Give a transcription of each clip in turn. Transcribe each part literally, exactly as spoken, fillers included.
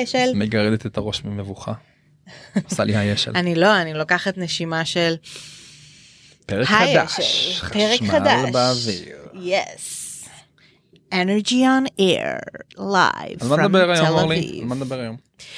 האשל. מגרדת את הראש ממבוכה. עושה לי האשל. אני לא, אני לוקחת נשימה של... פרק חדש. פרק חדש. חשמל באוויר. Yes. Energy on air, live על מה from נדבר היום, תל אורלי? אביב. על מה נדבר היום?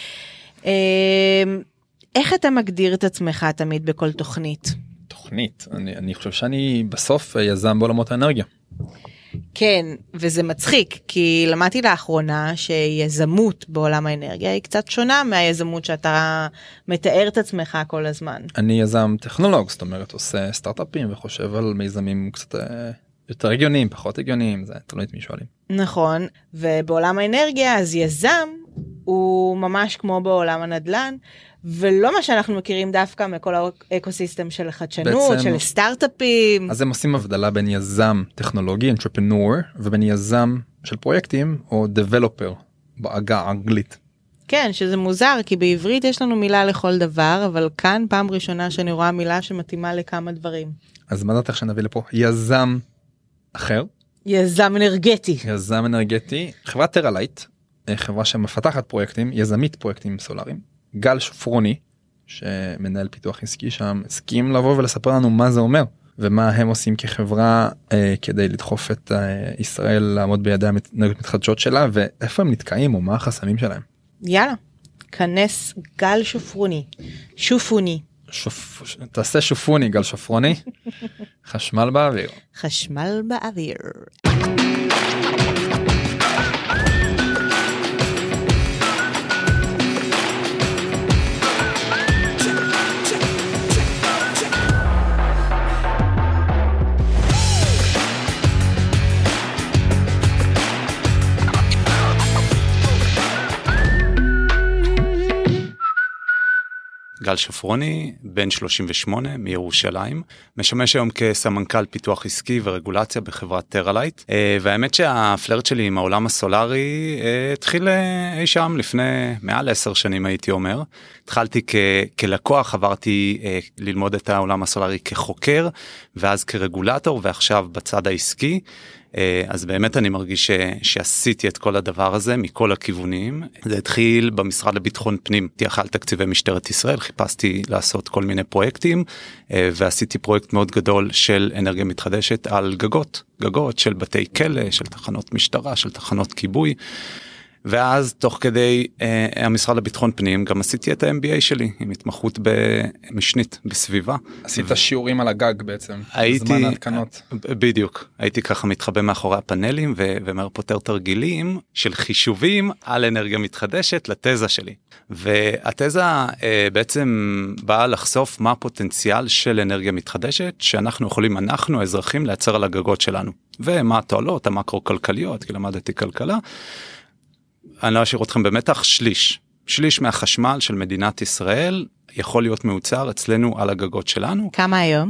איך אתה מגדיר את עצמך תמיד בכל תוכנית? תוכנית. אני, אני חושב שאני בסוף יזם בעולמות האנרגיה. כן, וזה מצחיק, כי למדתי לאחרונה שיזמות בעולם האנרגיה היא קצת שונה מהיזמות שאתה מתאר את עצמך כל הזמן. אני יזם טכנולוג, זאת אומרת, עושה סטארט-אפים וחושב על מיזמים קצת יותר הגיוניים, פחות הגיוניים, זה תלוי את מי שואלים. נכון, ובעולם האנרגיה אז יזם הוא ממש כמו בעולם הנדל"ן, ולא מה שאנחנו מכירים דווקא מכל האקוסיסטם של החדשנות, בעצם, של סטארט-אפים. אז הם עושים הבדלה בין יזם טכנולוגי, entrepreneur, ובין יזם של פרויקטים, או developer, בעגה האנגלית. כן, שזה מוזר, כי בעברית יש לנו מילה לכל דבר, אבל כאן פעם ראשונה שאני רואה מילה שמתאימה לכמה דברים. אז מה דעתך שנביא לפה? יזם אחר. יזם אנרגטי. יזם אנרגטי. חברת טרלייט, חברה שמפתחת פרויקטים, יזמית פרויקטים סולאריים. גל שפרוני, שמנהל פיתוח עסקי שם, הסכים לבוא ולספר לנו מה זה אומר, ומה הם עושים כחברה אה, כדי לדחוף את אה, ישראל לעמוד בידי האנרגיות מתחדשות שלה, ואיפה הם נתקעים או מה החסמים שלהם. יאללה, כנס גל שפרוני, שופוני. שופ... תעשה שופוני גל שפרוני, חשמל באוויר. חשמל באוויר. גל שפרוני, בן שלושים ושמונה, מירושלים, משמש היום כסמנכ"ל פיתוח עסקי ורגולציה בחברת טרלייט, והאמת שהפלרט שלי עם העולם הסולארי התחיל אי שם לפני מעל עשר שנים הייתי אומר. התחלתי כ- כלקוח, עברתי ללמוד את העולם הסולארי כחוקר, ואז כרגולטור, ועכשיו בצד העסקי. אז באמת אני מרגיש ש, שעשיתי את כל הדבר הזה מכל הכיוונים. זה התחיל במשרד לביטחון פנים, הייתי אחראי על תקציבי משטרת ישראל, חיפשתי לעשות כל מיני פרויקטים, ועשיתי פרויקט מאוד גדול של אנרגיה מתחדשת על גגות, גגות של בתי כלא, של תחנות משטרה, של תחנות כיבוי. ואז תוך כדי אה, המשרד לביטחון פנים גם עשיתי את ה-אם בי איי שלי עם התמחות במשנית בסביבה. עשית ו... שיעורים על הגג בעצם, הייתי, בזמן ההתקנות. בדיוק, הייתי ככה מתחבא מאחורי הפאנלים ו- ומר פותר תרגילים של חישובים על אנרגיה מתחדשת לתזה שלי. והתזה אה, בעצם באה לחשוף מה הפוטנציאל של אנרגיה מתחדשת שאנחנו יכולים, אנחנו האזרחים, לייצר על הגגות שלנו. ומה התועלות המקרו-כלכליות, כי למדתי כלכלה. אני לא אשאיר אתכם במתח, שליש. שליש מהחשמל של מדינת ישראל יכול להיות מיוצר אצלנו על הגגות שלנו. כמה היום?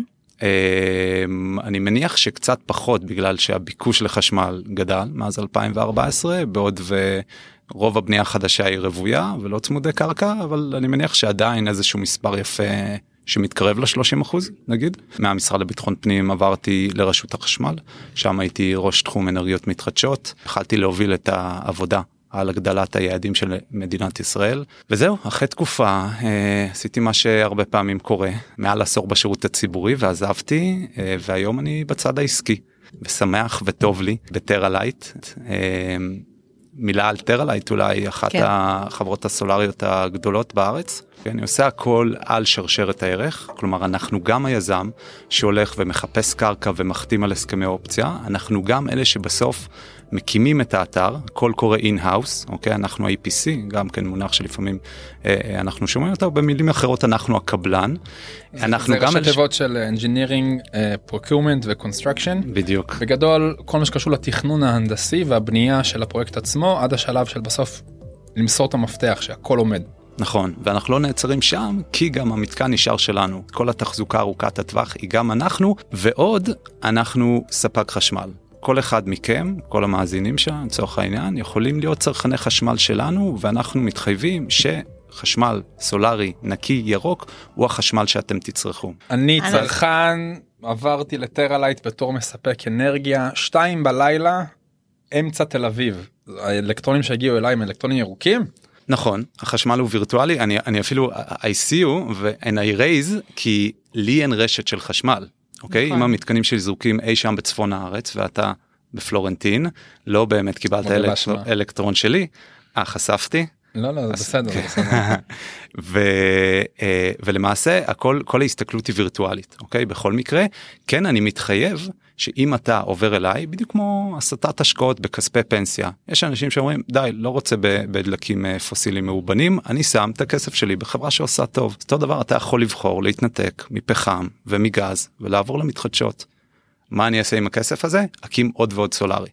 אני מניח שקצת פחות בגלל שהביקוש לחשמל גדל מאז אלפיים וארבע עשרה, בעוד ורוב הבנייה החדשה היא רוויה ולא צמודי קרקע, אבל אני מניח שעדיין איזשהו מספר יפה שמתקרב ל-שלושים אחוז, נגיד. מהמשרד לביטחון פנים עברתי לרשות החשמל, שם הייתי ראש תחום אנרגיות מתחדשות, התחלתי להוביל את העבודה על הגדלת היעדים של מדינת ישראל, וזהו, אחרי תקופה אה, עשיתי מה שהרבה פעמים קורה, מעל עשור בשירות הציבורי ועזבתי, אה, והיום אני בצד העסקי, ושמח וטוב לי בטרלייט. אה, מילה על טרלייט, אולי אחת כן. החברות הסולריות הגדולות בארץ. אני עושה הכל על שרשרת הערך, כלומר אנחנו גם היזם שהולך ומחפש קרקע ומחתים על הסכמי אופציה, אנחנו גם אלה שבסוף מקימים את האתר, הכל קורה אין-האוס, אוקיי? אנחנו ה-איי פי סי, גם כן מונח שלפעמים אה, אנחנו שומעים אותו, במילים אחרות אנחנו הקבלן. זה, זה ראשי תיבות ש... של Engineering, uh, Procurement ו-Construction. בדיוק. בגדול, כל מה שקשור לתכנון ההנדסי והבנייה של הפרויקט עצמו, עד השלב של בסוף למסור את המפתח שהכל עומד. נכון, ואנחנו לא נעצרים שם, כי גם המתקן נשאר שלנו. כל התחזוקה ארוכת הטווח היא גם אנחנו, ועוד אנחנו ספק חשמל. כל אחד מכם, כל המאזינים שם, לצורך העניין, יכולים להיות צרכני חשמל שלנו, ואנחנו מתחייבים שחשמל סולרי נקי ירוק, הוא החשמל שאתם תצרכו. אני צרכן, עברתי לטרלייט בתור מספק אנרגיה, שתיים בלילה, אמצע תל אביב. האלקטרונים שהגיעו אליי הם אלקטרונים ירוקים, נכון, החשמל הוא וירטואלי, אני, אני אפילו, I see you ו- and I raise, כי לי אין רשת של חשמל, אוקיי? נכון. אם המתקנים שלי זרוקים אי שם בצפון הארץ, ואתה בפלורנטין, לא באמת קיבלת אלקטר, אלקטרון שלי, אה, חשפתי? לא, לא, זה בסדר, זה בסדר. ו, ולמעשה, הכל, כל ההסתכלות היא וירטואלית, אוקיי? בכל מקרה, כן, אני מתחייב שאם אתה עובר אליי, בדיוק כמו הסטת השקעות בכספי פנסיה, יש אנשים שאומרים, די, לא רוצה בדלקים פוסיליים מאובנים, אני שם את הכסף שלי בחברה שעושה טוב. אותו דבר, אתה יכול לבחור, להתנתק מפחם ומגז, ולעבור למתחדשות. מה אני אעשה עם הכסף הזה? אקים עוד ועוד סולארי.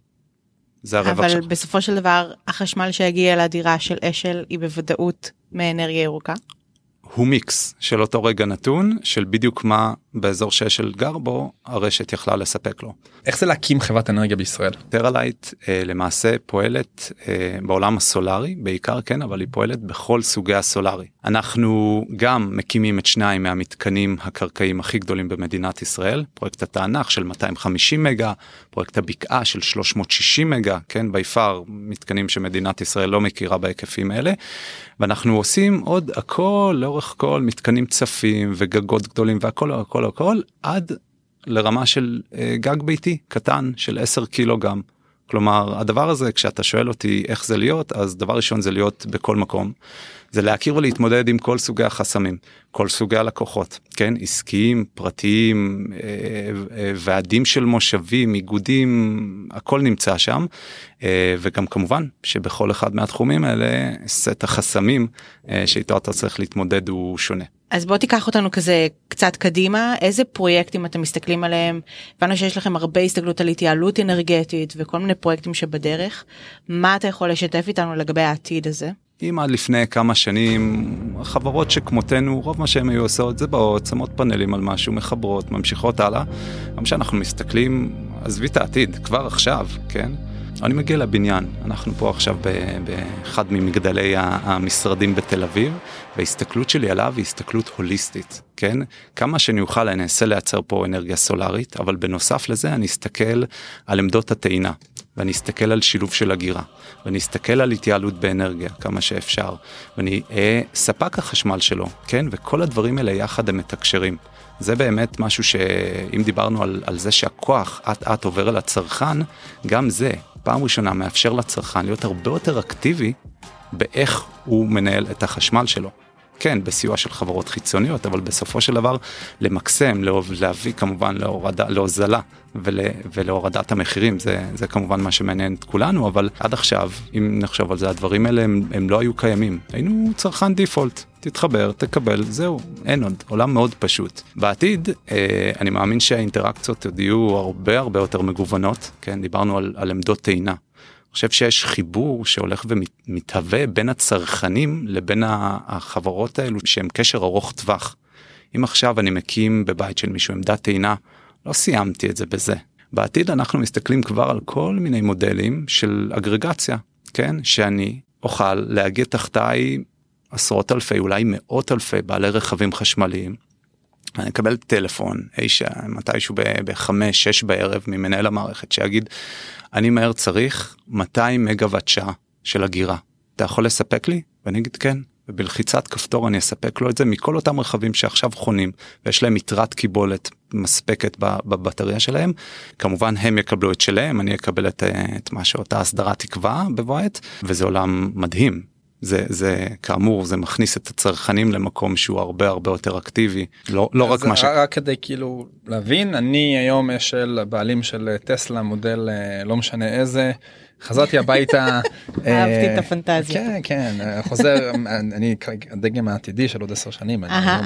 זה הרווח שלך. אבל בסופו של דבר, החשמל שהגיע לדירה של אשל, היא בוודאות מאנרגיה ירוקה? הוא מיקס של אותו רגע נתון, של בדיוק מה באזור שאשל גר בו, הרשת יכלה לספק לו. איך זה להקים חברת אנרגיה בישראל? טרלייט אה, למעשה פועלת אה, בעולם הסולארי, בעיקר כן, אבל היא פועלת בכל סוגי הסולארי. אנחנו גם מקימים את שניים מהמתקנים הקרקעיים הכי גדולים במדינת ישראל, פרויקט התענך של מאתיים וחמישים מגה, פרויקט הבקעה של שלוש מאות ושישים מגה, כן, ביפר, מתקנים שמדינת ישראל לא מכירה בהיקפים האלה, ואנחנו עושים עוד הכל, לאורך כל מתקנים צפים וגגות גדולים והכל, הכל, הכל, עד לרמה של אה, גג ביתי קטן של עשרה קילוגרם. כלומר, הדבר הזה, כשאתה שואל אותי איך זה להיות, אז דבר ראשון זה להיות בכל מקום. זה להכיר ולהתמודד עם כל סוגי החסמים, כל סוגי הלקוחות, כן? עסקיים, פרטיים, אה, אה, ועדים של מושבים, איגודים, הכל נמצא שם. אה, וגם כמובן שבכל אחד מהתחומים האלה, סט החסמים אה, שאיתו אתה צריך להתמודד הוא שונה. אז בוא תיקח אותנו כזה קצת קדימה, איזה פרויקטים אתם מסתכלים עליהם, הבנו שיש לכם הרבה הסתכלות על התייעלות אנרגטית וכל מיני פרויקטים שבדרך, מה אתה יכול לשתף איתנו לגבי העתיד הזה? אם עד לפני כמה שנים, החברות שכמותנו, רוב מה שהם היו עושות זה באות, שמות פאנלים על משהו, מחברות, ממשיכות הלאה, גם שאנחנו מסתכלים, עזבי את העתיד, כבר עכשיו, כן? אני מגיע לבניין, אנחנו פה עכשיו באחד ממגדלי המשרדים בתל אביב, וההסתכלות שלי עליו היא הסתכלות הוליסטית, כן? כמה שאני אוכל אני אנסה לייצר פה אנרגיה סולארית, אבל בנוסף לזה אני אסתכל על עמדות הטעינה, ואני אסתכל על שילוב של הגירה, ואני אסתכל על התייעלות באנרגיה כמה שאפשר, ואני אהיה ספק החשמל שלו, כן? וכל הדברים האלה יחד הם מתקשרים. זה באמת משהו שאם דיברנו על, על זה שהכוח עט עט עובר אל הצרכן, גם זה פעם ראשונה מאפשר לצרכן להיות הרבה יותר אקטיבי באיך הוא מנהל את החשמל שלו. כן, בסיוע של חברות חיצוניות, אבל בסופו של דבר למקסם, להביא כמובן להורדה, להוזלה ול, ולהורדת המחירים, זה, זה כמובן מה שמעניין את כולנו, אבל עד עכשיו, אם נחשוב על זה, הדברים האלה הם, הם לא היו קיימים. היינו צרכן דיפולט, תתחבר, תקבל, זהו, אין עוד, עולם מאוד פשוט. בעתיד, אה, אני מאמין שהאינטראקציות עוד יהיו הרבה הרבה יותר מגוונות, כן, דיברנו על, על עמדות טעינה. אני חושב שיש חיבור שהולך ומתהווה בין הצרכנים לבין החברות האלו שהם קשר ארוך טווח. אם עכשיו אני מקים בבית של מישהו עמדת טעינה, לא סיימתי את זה בזה. בעתיד אנחנו מסתכלים כבר על כל מיני מודלים של אגרגציה, כן? שאני אוכל להגיע תחתיי עשרות אלפי, אולי מאות אלפי בעלי רכבים חשמליים. אני אקבל טלפון, איש, מתישהו בחמש, שש בערב ממנהל המערכת שיגיד, אני מהר צריך מאתיים מגוואט שעה של הגירה. אתה יכול לספק לי? ואני אגיד כן. ובלחיצת כפתור אני אספק לו את זה מכל אותם רכבים שעכשיו חונים, ויש להם יתרת קיבולת מספקת בבטריה שלהם. כמובן הם יקבלו את שלהם, אני אקבל את, את מה שאותה הסדרה תקווה בבית, וזה עולם מדהים. זה, זה, כאמור, זה מכניס את הצרכנים למקום שהוא הרבה הרבה יותר אקטיבי, לא, לא רק מה ש... רק כדי כאילו להבין, אני היום של בעלים של טסלה, מודל לא משנה איזה, חזרתי הביתה... אהבתי את הפנטזיה. כן, כן, חוזר, אני הדגם העתידי של עוד עשר שנים,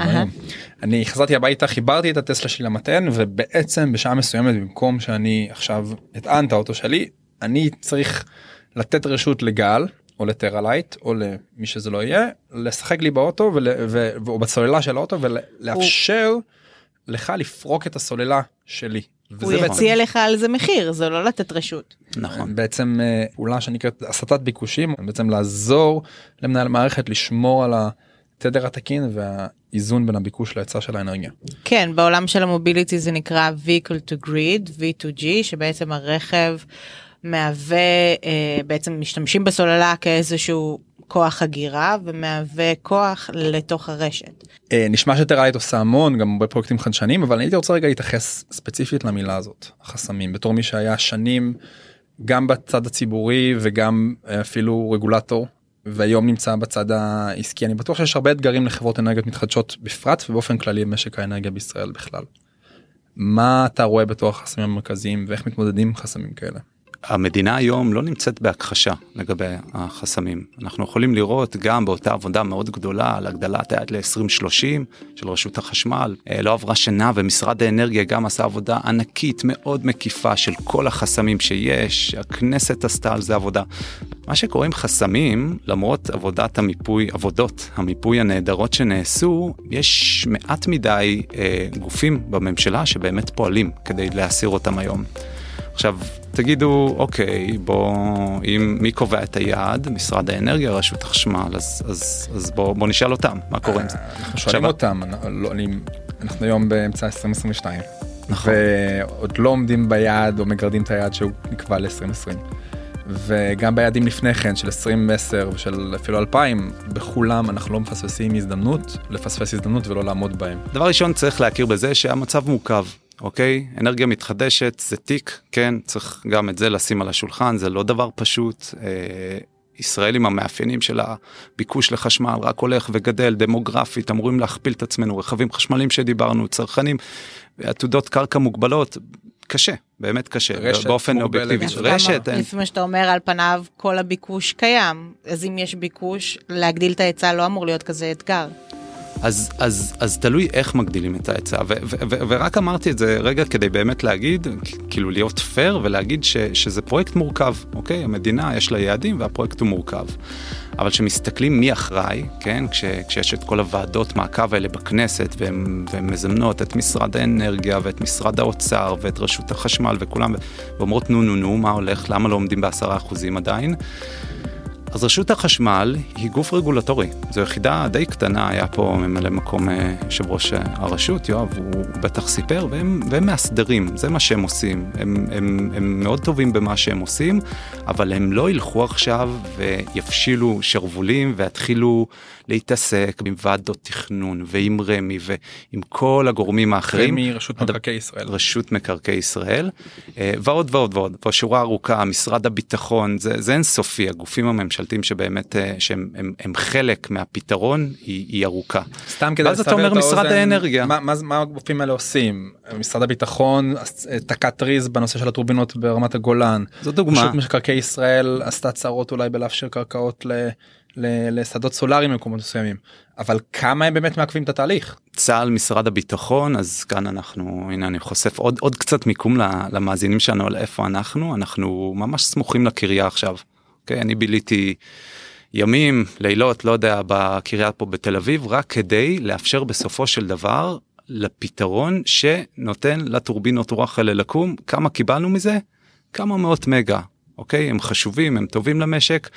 אני חזרתי הביתה, חיברתי את הטסלה שלי למתן, ובעצם בשעה מסוימת, במקום שאני עכשיו אטען את האוטו שלי, אני צריך לתת רשות לגל, או לטרלייט, או למי שזה לא יהיה, לשחק לי באוטו, ול, ו, או בצוללה של האוטו, ולאפשר הוא... לך לפרוק את הסוללה שלי. הוא יציע בעצם... לך על זה מחיר, זה לא לתת רשות. נכון. בעצם פעולה שנקראת הסטת ביקושים, בעצם לעזור למנהל מערכת לשמור על התדר התקין והאיזון בין הביקוש להיצע של האנרגיה. כן, בעולם של המוביליטי זה נקרא vehicle to grid, וי טו ג'י, שבעצם הרכב מהווה, בעצם משתמשים בסוללה כאיזשהו כוח הגירה, ומהווה כוח לתוך הרשת. נשמע שטרלייט עושה המון, גם בפרויקטים חדשניים, אבל אני הייתי רוצה רגע להתייחס ספציפית למילה הזאת, החסמים, בתור מי שהיה שנים, גם בצד הציבורי, וגם אפילו רגולטור, והיום נמצא בצד העסקי. אני בטוח שיש הרבה אתגרים לחברות אנרגיות מתחדשות בפרט, ובאופן כללי במשק האנרגיה בישראל בכלל. מה אתה רואה בתור החסמים המרכזיים, ואיך מתמודדים עם חסמים כאלה? המדינה היום לא נמצאת בהכחשה לגבי החסמים. אנחנו יכולים לראות גם באותה עבודה מאוד גדולה על הגדלת היעד ל-עשרים שלושים של רשות החשמל. לא עברה שנה ומשרד האנרגיה גם עשה עבודה ענקית מאוד מקיפה של כל החסמים שיש. הכנסת עשתה על זה עבודה. מה שקוראים חסמים, למרות עבודת המיפוי, עבודות המיפוי הנהדרות שנעשו, יש מעט מדי אה, גופים בממשלה שבאמת פועלים כדי להסיר אותם היום. עכשיו, תגידו, אוקיי, בוא, אם מי קובע את היעד, משרד האנרגיה, רשות החשמל, אז, אז, אז בוא, בוא נשאל אותם, מה קורה עם זה? אנחנו שואלים אותם, אנחנו היום באמצע עשרים עשרים ושתיים, נכון. ועוד לא עומדים ביעד, או מגרדים את היעד שהוא נקבע ל-עשרים עשרים. וגם ביעדים לפני כן, של עשרים עשר ושל אפילו אלפיים, בכולם אנחנו לא מפספסים הזדמנות, לפספס הזדמנות ולא לעמוד בהם. דבר ראשון, צריך להכיר בזה שהמצב מורכב. אוקיי, אנרגיה מתחדשת, זה תיק, כן, צריך גם את זה לשים על השולחן, זה לא דבר פשוט, אה, ישראל עם המאפיינים של הביקוש לחשמל, רק הולך וגדל, דמוגרפית, אמורים להכפיל את עצמנו, רכבים חשמליים שדיברנו, צרכנים, עתודות קרקע מוגבלות, קשה, באמת קשה, רשת באופן אובייקטיבי. רשת, לפי מה שאתה אומר, על פניו כל הביקוש קיים, אז אם יש ביקוש, להגדיל את ההיצע לא אמור להיות כזה אתגר. אז, אז, אז תלוי איך מגדילים את ההיצע, ו- ו- ו- ורק אמרתי את זה רגע כדי באמת להגיד, כאילו להיות פייר ולהגיד ש- שזה פרויקט מורכב, אוקיי? המדינה יש לה יעדים והפרויקט הוא מורכב. אבל שמסתכלים מי אחראי, כן? כש- כשיש את כל הוועדות מעקב האלה בכנסת, והן, והן מזמנות את משרד האנרגיה ואת משרד האוצר ואת רשות החשמל וכולם, ואומרות נו נו נו, מה הולך? למה לא עומדים בעשרה אחוזים עדיין? אז רשות החשמל היא גוף רגולטורי, זו יחידה די קטנה, היה פה ממלא מקום יושב ראש הרשות, יואב, הוא בטח סיפר, והם, והם מאסדרים, זה מה שהם עושים, הם, הם, הם מאוד טובים במה שהם עושים, אבל הם לא ילכו עכשיו ויפשילו שרבולים ויתחילו להתעסק עם ועדות תכנון ועם רמי ועם כל הגורמים האחרים. רמי, רשות מקרקעי ישראל. רשות מקרקעי ישראל, ועוד ועוד ועוד, בשורה ארוכה, משרד הביטחון, זה, זה אינסופי, הגופים הממשלתיים שבאמת, שהם הם, הם חלק מהפתרון, היא, היא ארוכה. סתם כדי לסבר את האוזן, ואז אתה אומר משרד האנרגיה. מה, מה, מה הגופים האלה עושים? משרד הביטחון תקע טריז בנושא של הטורבינות ברמת הגולן. זו דוגמה. רשות מקרקעי ישראל עשתה צרות אולי בלאפשר קרקעות ל... לשדות סולאריים במקומות מסוימים, אבל כמה הם באמת מעכבים את התהליך? צה"ל, משרד הביטחון, אז כאן אנחנו, הנה אני חושף עוד, עוד קצת מיקום למאזינים שלנו על איפה אנחנו, אנחנו ממש סמוכים לקריה עכשיו, אוקיי? אני ביליתי ימים, לילות, לא יודע, בקריה פה בתל אביב, רק כדי לאפשר בסופו של דבר לפתרון שנותן לטורבינות רוח האלה לקום, כמה קיבלנו מזה? כמה מאות מגה, אוקיי? הם חשובים, הם טובים למשק,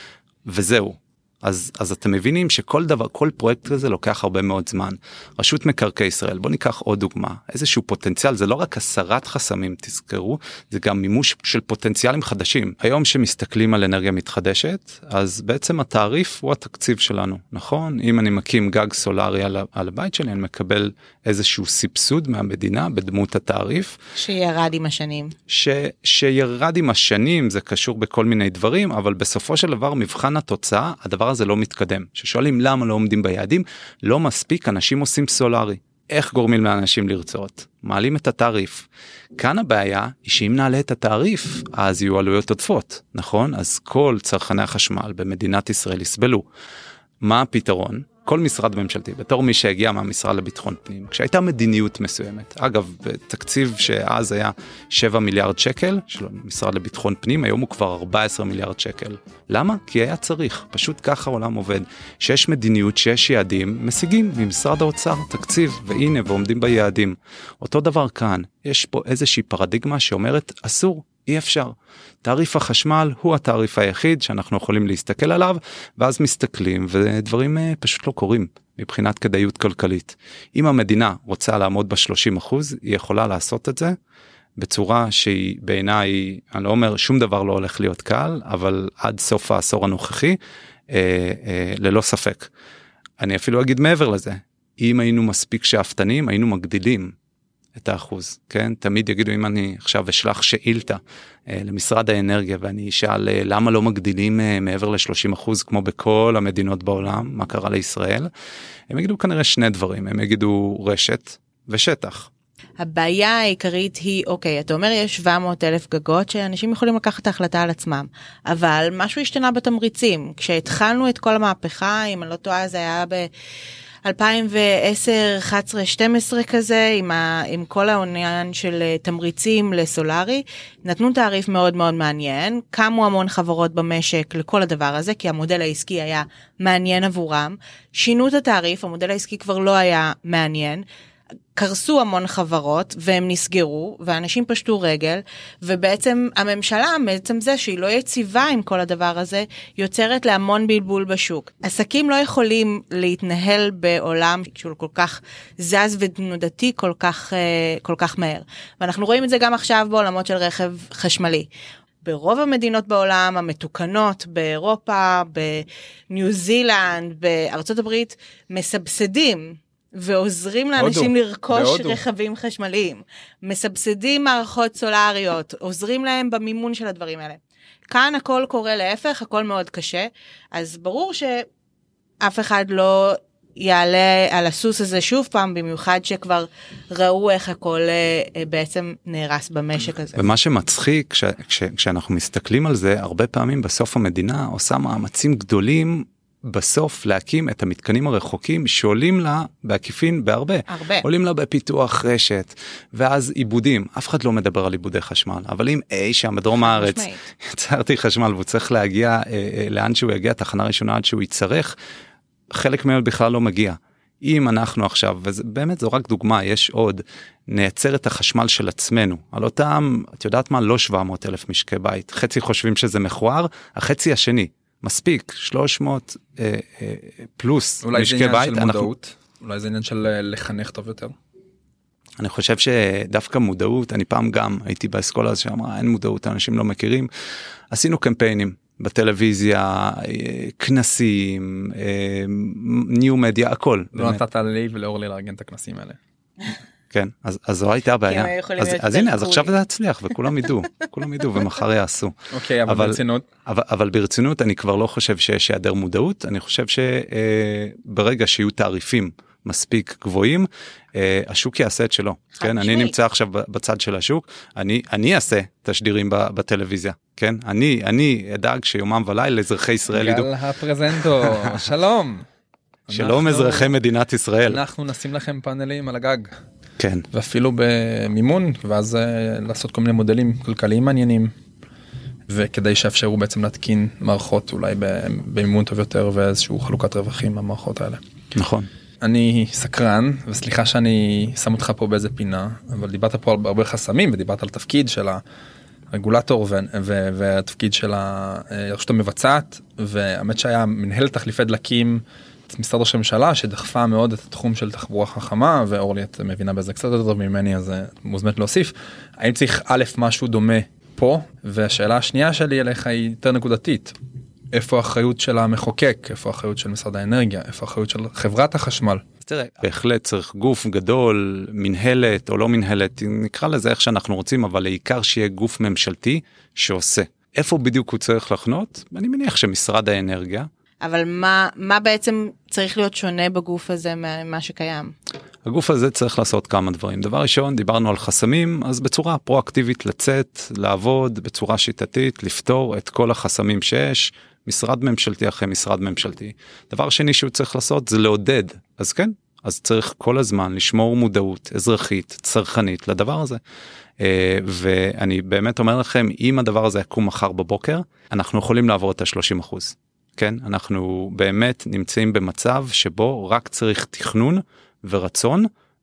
וזהו. אז, אז אתם מבינים שכל דבר, כל פרויקט כזה לוקח הרבה מאוד זמן. רשות מקרקעי ישראל, בוא ניקח עוד דוגמה, איזשהו פוטנציאל, זה לא רק הסרת חסמים, תזכרו, זה גם מימוש של פוטנציאלים חדשים. היום שמסתכלים על אנרגיה מתחדשת, אז בעצם התעריף הוא התקציב שלנו, נכון? אם אני מקים גג סולארי על, על הבית שלי, אני מקבל איזשהו סבסוד מהמדינה בדמות התעריף. שירד עם השנים. ש, שירד עם השנים, זה קשור בכל מיני דברים, אבל בסופו של דבר, מבחן התוצאה, הדבר הזה לא מתקדם. ששואלים למה לא עומדים ביעדים, לא מספיק, אנשים עושים סולארי. איך גורמים לאנשים לרצות? מעלים את התעריף. כאן הבעיה היא שאם נעלה את התעריף, אז יהיו עלויות עודפות, נכון? אז כל צרכני החשמל במדינת ישראל יסבלו. מה הפתרון? כל משרד ממשלתי, בתור מי שהגיע מהמשרד לביטחון פנים, כשהייתה מדיניות מסוימת, אגב, בתקציב שאז היה שבעה מיליארד שקל, של משרד לביטחון פנים, היום הוא כבר ארבעה עשר מיליארד שקל. למה? כי היה צריך, פשוט ככה העולם עובד, שיש מדיניות, שיש יעדים, משיגים ממשרד האוצר תקציב, והנה, ועומדים ביעדים. אותו דבר כאן, יש פה איזושהי פרדיגמה שאומרת, אסור, אי אפשר. תעריף החשמל הוא התעריף היחיד שאנחנו יכולים להסתכל עליו, ואז מסתכלים ודברים פשוט לא קורים מבחינת כדאיות כלכלית. אם המדינה רוצה לעמוד ב-שלושים אחוז, היא יכולה לעשות את זה, בצורה שהיא בעיניי, אני לא אומר שום דבר לא הולך להיות קל, אבל עד סוף העשור הנוכחי, אה, אה, ללא ספק. אני אפילו אגיד מעבר לזה, אם היינו מספיק שאפתנים, היינו מגדילים את האחוז, כן? תמיד יגידו, אם אני עכשיו אשלח שאילתה אה, למשרד האנרגיה, ואני אשאל אה, למה לא מגדילים אה, מעבר ל-שלושים אחוז, כמו בכל המדינות בעולם, מה קרה לישראל? הם יגידו כנראה שני דברים, הם יגידו רשת ושטח. הבעיה העיקרית היא, אוקיי, אתה אומר יש שבע מאות אלף גגות שאנשים יכולים לקחת את ההחלטה על עצמם, אבל משהו השתנה בתמריצים. כשהתחלנו את כל המהפכה, אם אני לא טועה, זה היה ב-אלפיים ועשר, אחת עשרה, שתים עשרה כזה, עם, ה, עם כל העניין של תמריצים לסולרי, נתנו תעריף מאוד מאוד מעניין, קמו המון חברות במשק לכל הדבר הזה, כי המודל העסקי היה מעניין עבורם, שינו את התעריף, המודל העסקי כבר לא היה מעניין, קרסו המון חברות והם נסגרו ואנשים פשטו רגל, ובעצם הממשלה בעצם זה שהיא לא יציבה עם כל הדבר הזה יוצרת להמון בלבול בשוק. עסקים לא יכולים להתנהל בעולם שהוא כל כך זז ותנודתי כל כך כל כך מהר, ואנחנו רואים את זה גם עכשיו בעולמות של רכב חשמלי. ברוב המדינות בעולם המתוקנות, באירופה, בניו זילנד, בארצות הברית, מסבסדים ועוזרים לאנשים לרכוש בהודו. רכבים חשמליים, מסבסדים מערכות סולריות, עוזרים להם במימון של הדברים האלה. כאן הכל קורה להפך, הכל מאוד קשה, אז ברור שאף אחד לא יעלה על הסוס הזה שוב פעם, במיוחד שכבר ראו איך הכל בעצם נהרס במשק הזה. ומה שמצחיק, כש, כש, כשאנחנו מסתכלים על זה, הרבה פעמים בסוף המדינה עושה מאמצים גדולים, בסוף להקים את המתקנים הרחוקים שעולים לה בעקיפין בהרבה. הרבה. עולים לה בפיתוח רשת, ואז עיבודים. אף אחד לא מדבר על עיבודי חשמל, אבל אם אי שם בדרום הארץ יצרתי חשמל, והוא צריך להגיע אה, אה, לאן שהוא יגיע, תחנה ראשונה עד שהוא יצטרך, חלק מהם בכלל לא מגיע. אם אנחנו עכשיו, ובאמת זו רק דוגמה, יש עוד, נייצר את החשמל של עצמנו, על אותם, את יודעת מה, לא שבע מאות אלף משקי בית, חצי חושבים שזה מכוער, החצי השני, מספיק, שלוש מאות אה, אה, פלוס משקי בית. אולי זה עניין של מודעות, אנחנו... אולי זה עניין של לחנך טוב יותר. אני חושב שדווקא מודעות, אני פעם גם הייתי באסכולה הזו שאמרה, אין מודעות, אנשים לא מכירים, עשינו קמפיינים בטלוויזיה, כנסים, ניו מדיה, הכל. לא נתת לי ולאורלי לארגן את הכנסים האלה. כן, אז, אז זו הייתה הבעיה. אז, אז הנה, אז עכשיו זה הצליח, וכולם ידעו, כולם ידעו, ומחר יעשו. אוקיי, אבל, אבל ברצינות? אבל, אבל ברצינות, אני כבר לא חושב שיש היעדר מודעות, אני חושב שברגע שיהיו תעריפים מספיק גבוהים, השוק יעשה את שלו. כן, אני נמצא עכשיו בצד של השוק, אני, אני אעשה תשדירים בטלוויזיה. כן, אני, אני אדאג שיומם ולילה אזרחי ישראל ידעו. גל הפרזנטו, שלום. שלום אזרחי מדינת ישראל. אנחנו נשים לכם פאנלים על הגג. כן. ואפילו במימון, ואז לעשות כל מיני מודלים כלכליים מעניינים, וכדי שאפשרו בעצם להתקין מערכות אולי במימון טוב יותר, ואיזשהו חלוקת רווחים מהמערכות האלה. נכון. אני סקרן, וסליחה שאני שם אותך פה באיזה פינה, אבל דיברת פה על הרבה חסמים, ודיברת על תפקיד של הרגולטור, והתפקיד של הרשות המבצעת, והאמת שהיה מנהלת תחליפי דלקים, משרד ראש הממשלה שדחפה מאוד את התחום של תחבורה חכמה, ואורלי את מבינה בזה קצת יותר טוב ממני, אז מוזמנת להוסיף. האם צריך א' משהו דומה פה? והשאלה השנייה שלי אליך היא יותר נקודתית. איפה האחריות של המחוקק? איפה האחריות של משרד האנרגיה? איפה האחריות של חברת החשמל? תראה, בהחלט צריך גוף גדול, מנהלת או לא מנהלת, נקרא לזה איך שאנחנו רוצים, אבל העיקר שיהיה גוף ממשלתי שעושה. איפה בדיוק הוא צריך לחנות? אני מניח שמשרד האנרגיה, אבל מה, מה בעצם צריך להיות שונה בגוף הזה ממה שקיים? הגוף הזה צריך לעשות כמה דברים. דבר ראשון, דיברנו על חסמים, אז בצורה פרואקטיבית לצאת, לעבוד, בצורה שיטתית, לפתור את כל החסמים שיש, משרד ממשלתי אחרי משרד ממשלתי. דבר שני שהוא צריך לעשות זה לעודד. אז כן, אז צריך כל הזמן לשמור מודעות אזרחית, צרכנית לדבר הזה. ואני באמת אומר לכם, אם הדבר הזה יקום מחר בבוקר, אנחנו יכולים לעבור את ה-שלושים אחוז. כן, אנחנו באמת נמצאים במצב שבו רק צריך תכנון ורצון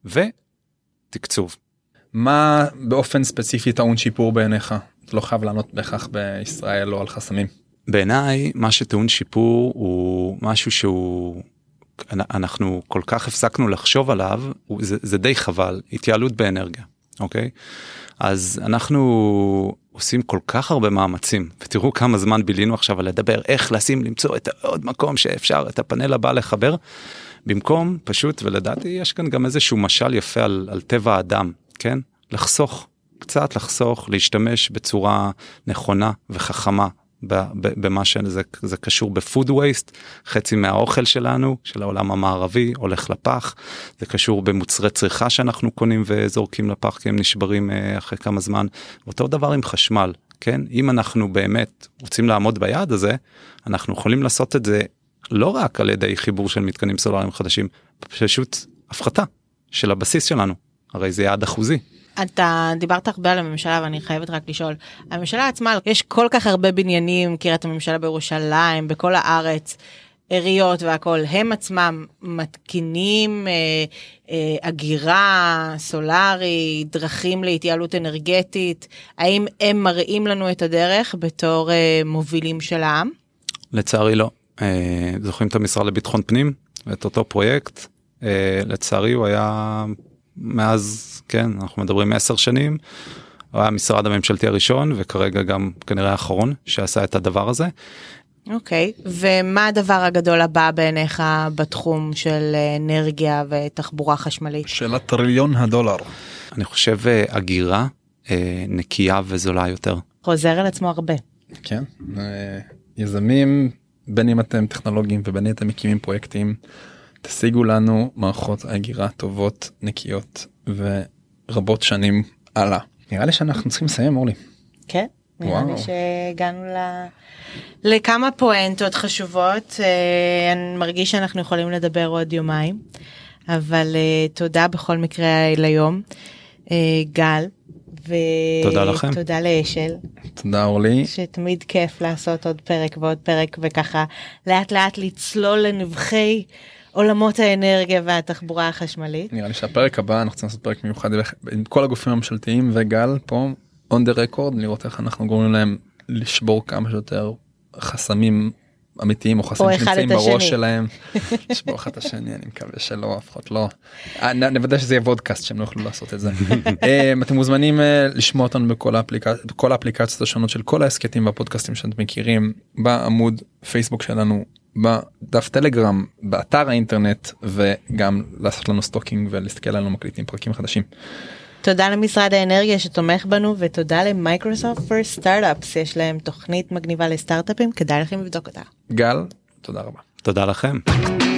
ותקצוב. מה באופן ספציפי טעון שיפור בעיניך? אתה לא חייב לענות בכך בישראל או על חסמים. בעיניי, מה שטעון שיפור הוא משהו שהוא, אנחנו כל כך הפסקנו לחשוב עליו, זה, זה די חבל, התייעלות באנרגיה. אוקיי? אז אנחנו עושים כל כך הרבה מאמצים, ותראו כמה זמן בילינו עכשיו על לדבר, איך לשים, למצוא את עוד מקום שאפשר, את הפאנל הבא לחבר, במקום פשוט, ולדעתי יש כאן גם איזשהו משל יפה על, על טבע האדם, כן? לחסוך, קצת לחסוך, להשתמש בצורה נכונה וחכמה, במה שזה זה קשור בפוד וייסט, חצי מהאוכל שלנו, של העולם המערבי, הולך לפח, זה קשור במוצרי צריכה שאנחנו קונים וזורקים לפח, כי הם נשברים אחרי כמה זמן, אותו דבר עם חשמל, כן? אם אנחנו באמת רוצים לעמוד ביעד הזה, אנחנו יכולים לעשות את זה לא רק על ידי חיבור של מתקנים סולריים חדשים, פשוט הפחתה של הבסיס שלנו, הרי זה יעד אחוזי. אתה דיברת הרבה על הממשלה ואני חייבת רק לשאול, הממשלה עצמה, יש כל כך הרבה בניינים, קריית הממשלה בירושלים, בכל הארץ, עיריות והכל, הם עצמם מתקינים אה, אה, אגירה, סולרי, דרכים להתייעלות אנרגטית, האם הם מראים לנו את הדרך בתור אה, מובילים של העם? לצערי לא. אה, זוכרים את המשרד לביטחון פנים ואת אותו פרויקט, אה, לצערי הוא היה... מאז, כן, אנחנו מדברים עשר שנים, הוא היה המשרד הממשלתי הראשון, וכרגע גם כנראה האחרון שעשה את הדבר הזה. אוקיי, okay. ומה הדבר הגדול הבא בעיניך בתחום של אנרגיה ותחבורה חשמלית? של הטריליון הדולר. אני חושב אגירה נקייה וזולה יותר. חוזר על עצמו הרבה. כן, יזמים, בין אם אתם טכנולוגיים ובין אם אתם מקימים פרויקטים, תשיגו לנו מערכות הגירה טובות, נקיות ורבות שנים הלאה. נראה לי שאנחנו צריכים לסיים, אורלי. כן, נראה לי שהגענו ל... לכמה פואנטות חשובות. אני מרגיש שאנחנו יכולים לדבר עוד יומיים, אבל תודה בכל מקרה ליום. גל, תודה לכם. ותודה לאשל. תודה אורלי. שתמיד כיף לעשות עוד פרק ועוד פרק, וככה לאט לאט לצלול לנבחי עולמות האנרגיה והתחבורה החשמלית. נראה לי שהפרק הבא אנחנו צריכים לעשות פרק מיוחד עם כל הגופים הממשלתיים וגל פה on the record, לראות איך אנחנו גורמים להם לשבור כמה שיותר חסמים אמיתיים או חסמים שנמצאים בראש שלהם. לשבור אחד את השני, אני מקווה שלא, לפחות לא. נוודא שזה יהיה וודקאסט שהם לא יוכלו לעשות את זה. אתם מוזמנים לשמוע אותנו בכל האפליקציות השונות של כל העסקטים והפודקאסטים שאתם מכירים, בעמוד פייסבוק שלנו, בדף טלגרם, באתר האינטרנט, וגם לעשות לנו סטוקינג ולהסתכל עלינו מקליטים פרקים חדשים. תודה למשרד האנרגיה שתומך בנו, ותודה למייקרוסופט for Startups, יש להם תוכנית מגניבה לסטארט-אפים, כדאי לכם לבדוק אותה. גל, תודה רבה. תודה לכם.